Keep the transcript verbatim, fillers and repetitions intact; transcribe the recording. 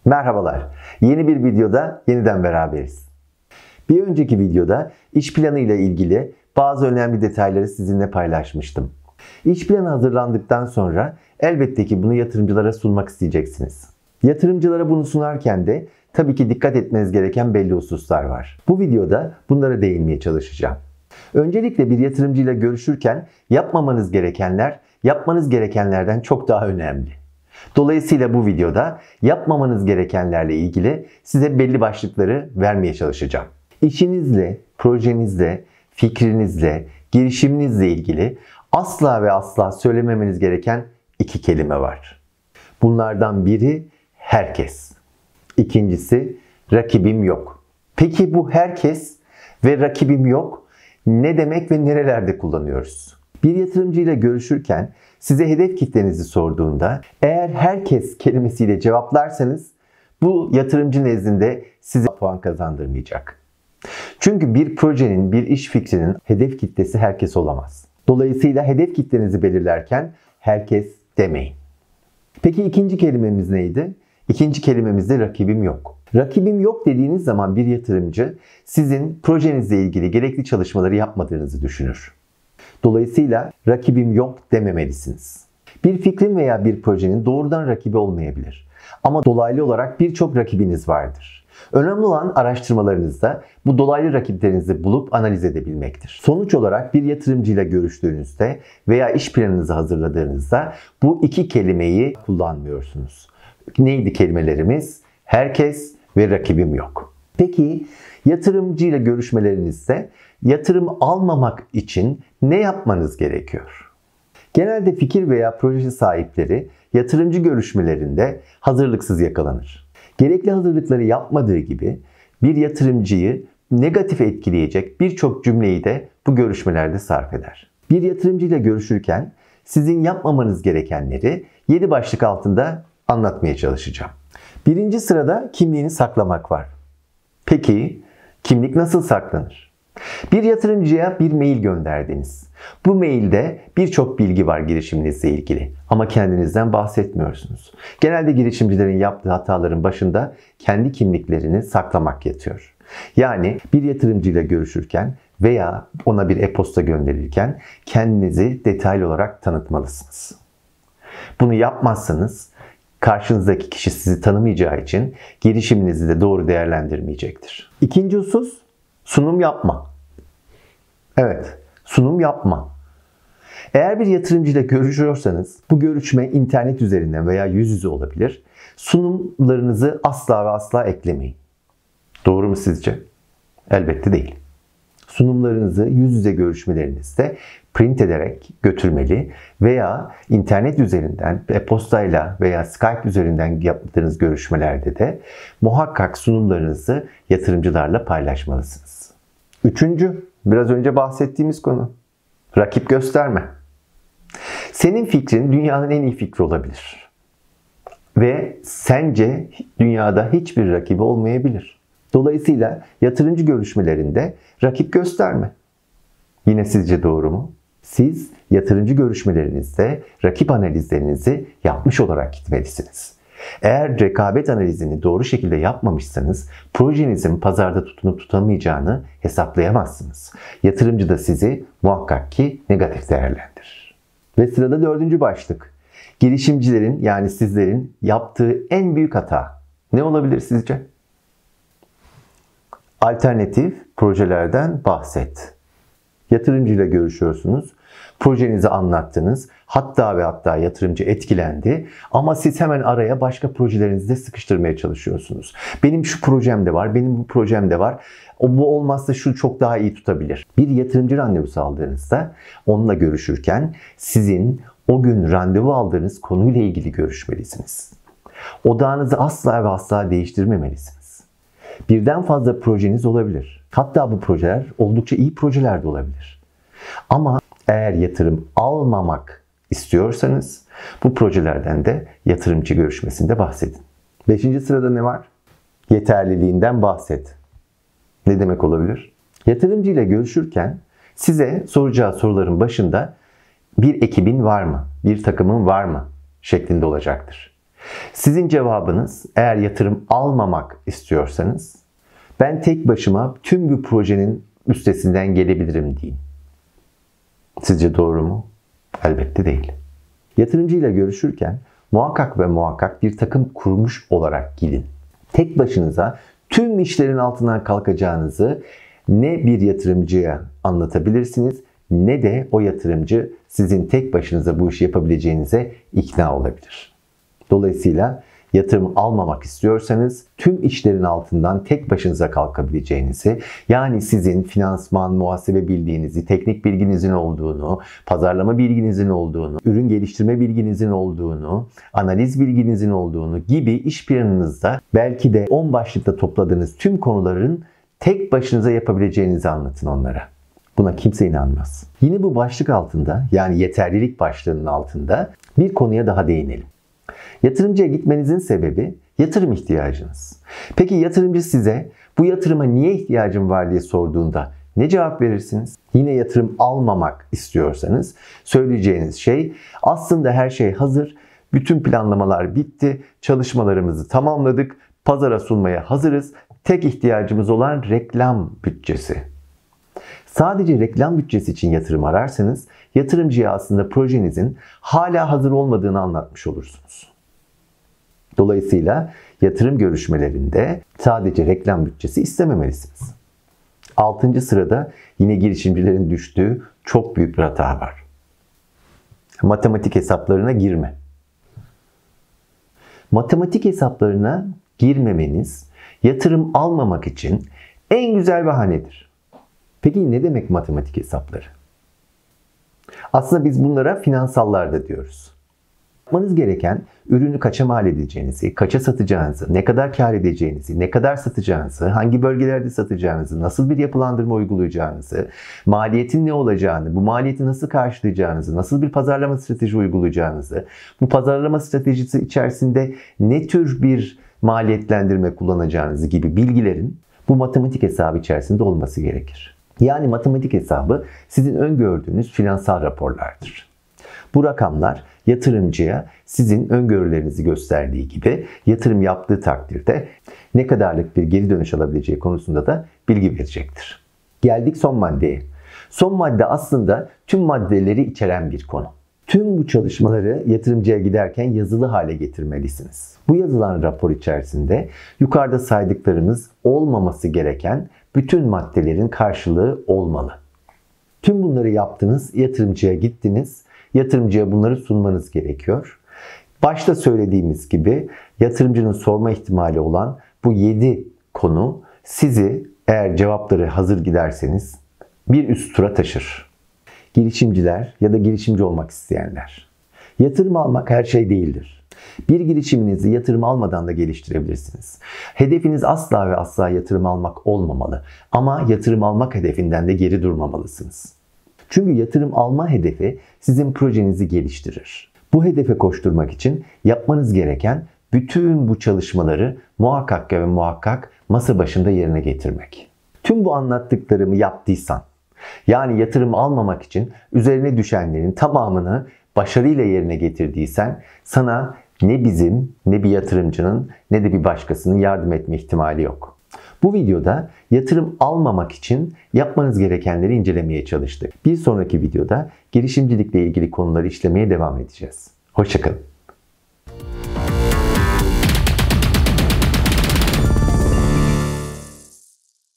Merhabalar. Yeni bir videoda yeniden beraberiz. Bir önceki videoda iş planı ile ilgili bazı önemli detayları sizinle paylaşmıştım. İş planı hazırlandıktan sonra elbette ki bunu yatırımcılara sunmak isteyeceksiniz. Yatırımcılara bunu sunarken de tabii ki dikkat etmeniz gereken belli hususlar var. Bu videoda bunlara değinmeye çalışacağım. Öncelikle bir yatırımcıyla görüşürken yapmamanız gerekenler, yapmanız gerekenlerden çok daha önemli. Dolayısıyla bu videoda yapmamanız gerekenlerle ilgili size belli başlıkları vermeye çalışacağım. İşinizle, projenizle, fikrinizle, girişiminizle ilgili asla ve asla söylememeniz gereken iki kelime var. Bunlardan biri herkes. İkincisi rakibim yok. Peki bu herkes ve rakibim yok ne demek ve nerelerde kullanıyoruz? Bir yatırımcıyla görüşürken size hedef kitlenizi sorduğunda eğer herkes kelimesiyle cevaplarsanız bu yatırımcı nezdinde size puan kazandırmayacak. Çünkü bir projenin, bir iş fikrinin hedef kitlesi herkes olamaz. Dolayısıyla hedef kitlenizi belirlerken herkes demeyin. Peki ikinci kelimemiz neydi? İkinci kelimemiz de rakibim yok. Rakibim yok dediğiniz zaman bir yatırımcı sizin projenizle ilgili gerekli çalışmaları yapmadığınızı düşünür. Dolayısıyla rakibim yok dememelisiniz. Bir fikrin veya bir projenin doğrudan rakibi olmayabilir. Ama dolaylı olarak birçok rakibiniz vardır. Önemli olan araştırmalarınızda bu dolaylı rakiplerinizi bulup analiz edebilmektir. Sonuç olarak bir yatırımcıyla görüştüğünüzde veya iş planınızı hazırladığınızda bu iki kelimeyi kullanmıyorsunuz. Neydi kelimelerimiz? Herkes ve rakibim yok. Peki yatırımcıyla görüşmelerinizde yatırım almamak için ne yapmanız gerekiyor? Genelde fikir veya proje sahipleri yatırımcı görüşmelerinde hazırlıksız yakalanır. Gerekli hazırlıkları yapmadığı gibi bir yatırımcıyı negatif etkileyecek birçok cümleyi de bu görüşmelerde sarf eder. Bir yatırımcıyla görüşürken sizin yapmamanız gerekenleri yedi başlık altında anlatmaya çalışacağım. Birinci sırada kimliğini saklamak var. Peki kimlik nasıl saklanır? Bir yatırımcıya bir mail gönderdiniz. Bu mailde birçok bilgi var girişiminizle ilgili ama kendinizden bahsetmiyorsunuz. Genelde girişimcilerin yaptığı hataların başında kendi kimliklerini saklamak yatıyor. Yani bir yatırımcıyla görüşürken veya ona bir e-posta gönderirken kendinizi detaylı olarak tanıtmalısınız. Bunu yapmazsanız karşınızdaki kişi sizi tanımayacağı için girişiminizi de doğru değerlendirmeyecektir. İkinci husus, sunum yapma. Evet, sunum yapma. Eğer bir yatırımcıyla görüşüyorsanız bu görüşme internet üzerinden veya yüz yüze olabilir. Sunumlarınızı asla ve asla eklemeyin. Doğru mu sizce? Elbette değil. Sunumlarınızı yüz yüze görüşmelerinizde print ederek götürmeli veya internet üzerinden e-postayla veya Skype üzerinden yaptığınız görüşmelerde de muhakkak sunumlarınızı yatırımcılarla paylaşmalısınız. Üçüncü, biraz önce bahsettiğimiz konu. Rakip gösterme. Senin fikrin dünyanın en iyi fikri olabilir. Ve sence dünyada hiçbir rakibi olmayabilir. Dolayısıyla yatırımcı görüşmelerinde rakip gösterme. Yine sizce doğru mu? Siz yatırımcı görüşmelerinizde rakip analizlerinizi yapmış olarak gitmelisiniz. Eğer rekabet analizini doğru şekilde yapmamışsanız projenizin pazarda tutunup tutamayacağını hesaplayamazsınız. Yatırımcı da sizi muhakkak ki negatif değerlendirir. Ve sırada dördüncü başlık. Girişimcilerin yani sizlerin yaptığı en büyük hata ne olabilir sizce? Alternatif projelerden bahset. Yatırımcıyla görüşüyorsunuz. Projenizi anlattınız. Hatta ve hatta yatırımcı etkilendi. Ama siz hemen araya başka projelerinizi de sıkıştırmaya çalışıyorsunuz. Benim şu projem de var, benim bu projem de var. O bu olmazsa şu çok daha iyi tutabilir. Bir yatırımcı randevusu aldığınızda onunla görüşürken sizin o gün randevu aldığınız konuyla ilgili görüşmelisiniz. Odağınızı asla ve asla değiştirmemelisiniz. Birden fazla projeniz olabilir. Hatta bu projeler oldukça iyi projeler de olabilir. Ama eğer yatırım almamak istiyorsanız bu projelerden de yatırımcı görüşmesinde bahsedin. Beşinci sırada ne var? Yeterliliğinden bahset. Ne demek olabilir? Yatırımcı ile görüşürken size soracağı soruların başında bir ekibin var mı? Bir takımın var mı? Şeklinde olacaktır. Sizin cevabınız, eğer yatırım almamak istiyorsanız, ben tek başıma tüm bu projenin üstesinden gelebilirim deyin. Sizce doğru mu? Elbette değil. Yatırımcıyla görüşürken muhakkak ve muhakkak bir takım kurmuş olarak gidin. Tek başınıza tüm işlerin altından kalkacağınızı ne bir yatırımcıya anlatabilirsiniz, ne de o yatırımcı sizin tek başınıza bu işi yapabileceğinize ikna olabilir. Dolayısıyla yatırım almamak istiyorsanız tüm işlerin altından tek başınıza kalkabileceğinizi, yani sizin finansman, muhasebe bildiğinizi, teknik bilginizin olduğunu, pazarlama bilginizin olduğunu, ürün geliştirme bilginizin olduğunu, analiz bilginizin olduğunu gibi iş planınızda belki de on başlıkta topladığınız tüm konuların tek başınıza yapabileceğinizi anlatın onlara. Buna kimse inanmaz. Yine bu başlık altında, yani yeterlilik başlığının altında bir konuya daha değinelim. Yatırımcıya gitmenizin sebebi yatırım ihtiyacınız. Peki yatırımcı size bu yatırıma niye ihtiyacım var diye sorduğunda ne cevap verirsiniz? Yine yatırım almamak istiyorsanız söyleyeceğiniz şey, aslında her şey hazır, bütün planlamalar bitti, çalışmalarımızı tamamladık, pazara sunmaya hazırız, tek ihtiyacımız olan reklam bütçesi. Sadece reklam bütçesi için yatırım ararsanız yatırımcıya aslında projenizin hala hazır olmadığını anlatmış olursunuz. Dolayısıyla yatırım görüşmelerinde sadece reklam bütçesi istememelisiniz. Altıncı sırada yine girişimcilerin düştüğü çok büyük bir hata var. Matematik hesaplarına girme. Matematik hesaplarına girmemeniz yatırım almamak için en güzel bahanedir. Peki ne demek matematik hesapları? Aslında biz bunlara finansallar da diyoruz. Yapmanız gereken, ürünü kaça mal edeceğinizi, kaça satacağınızı, ne kadar kar edeceğinizi, ne kadar satacağınızı, hangi bölgelerde satacağınızı, nasıl bir yapılandırma uygulayacağınızı, maliyetin ne olacağını, bu maliyeti nasıl karşılayacağınızı, nasıl bir pazarlama stratejisi uygulayacağınızı, bu pazarlama stratejisi içerisinde ne tür bir maliyetlendirme kullanacağınızı gibi bilgilerin bu matematik hesabı içerisinde olması gerekir. Yani matematik hesabı sizin öngördüğünüz finansal raporlardır. Bu rakamlar yatırımcıya sizin öngörülerinizi gösterdiği gibi yatırım yaptığı takdirde ne kadarlık bir geri dönüş alabileceği konusunda da bilgi verecektir. Geldik son maddeye. Son madde aslında tüm maddeleri içeren bir konu. Tüm bu çalışmaları yatırımcıya giderken yazılı hale getirmelisiniz. Bu yazılan rapor içerisinde yukarıda saydıklarımız olmaması gereken bütün maddelerin karşılığı olmalı. Tüm bunları yaptınız, yatırımcıya gittiniz, yatırımcıya bunları sunmanız gerekiyor. Başta söylediğimiz gibi yatırımcının sorma ihtimali olan bu yedi konu sizi, eğer cevapları hazır giderseniz, bir üst tura taşır. Girişimciler ya da girişimci olmak isteyenler. Yatırım almak her şey değildir. Bir girişiminizi yatırım almadan da geliştirebilirsiniz. Hedefiniz asla ve asla yatırım almak olmamalı. Ama yatırım almak hedefinden de geri durmamalısınız. Çünkü yatırım alma hedefi sizin projenizi geliştirir. Bu hedefe koşturmak için yapmanız gereken bütün bu çalışmaları muhakkak ve muhakkak masa başında yerine getirmek. Tüm bu anlattıklarımı yaptıysan, yani yatırım almamak için üzerine düşenlerin tamamını başarıyla yerine getirdiysen, sana ne bizim, ne bir yatırımcının, ne de bir başkasının yardım etme ihtimali yok. Bu videoda yatırım almamak için yapmanız gerekenleri incelemeye çalıştık. Bir sonraki videoda girişimcilikle ilgili konuları işlemeye devam edeceğiz. Hoşça kalın.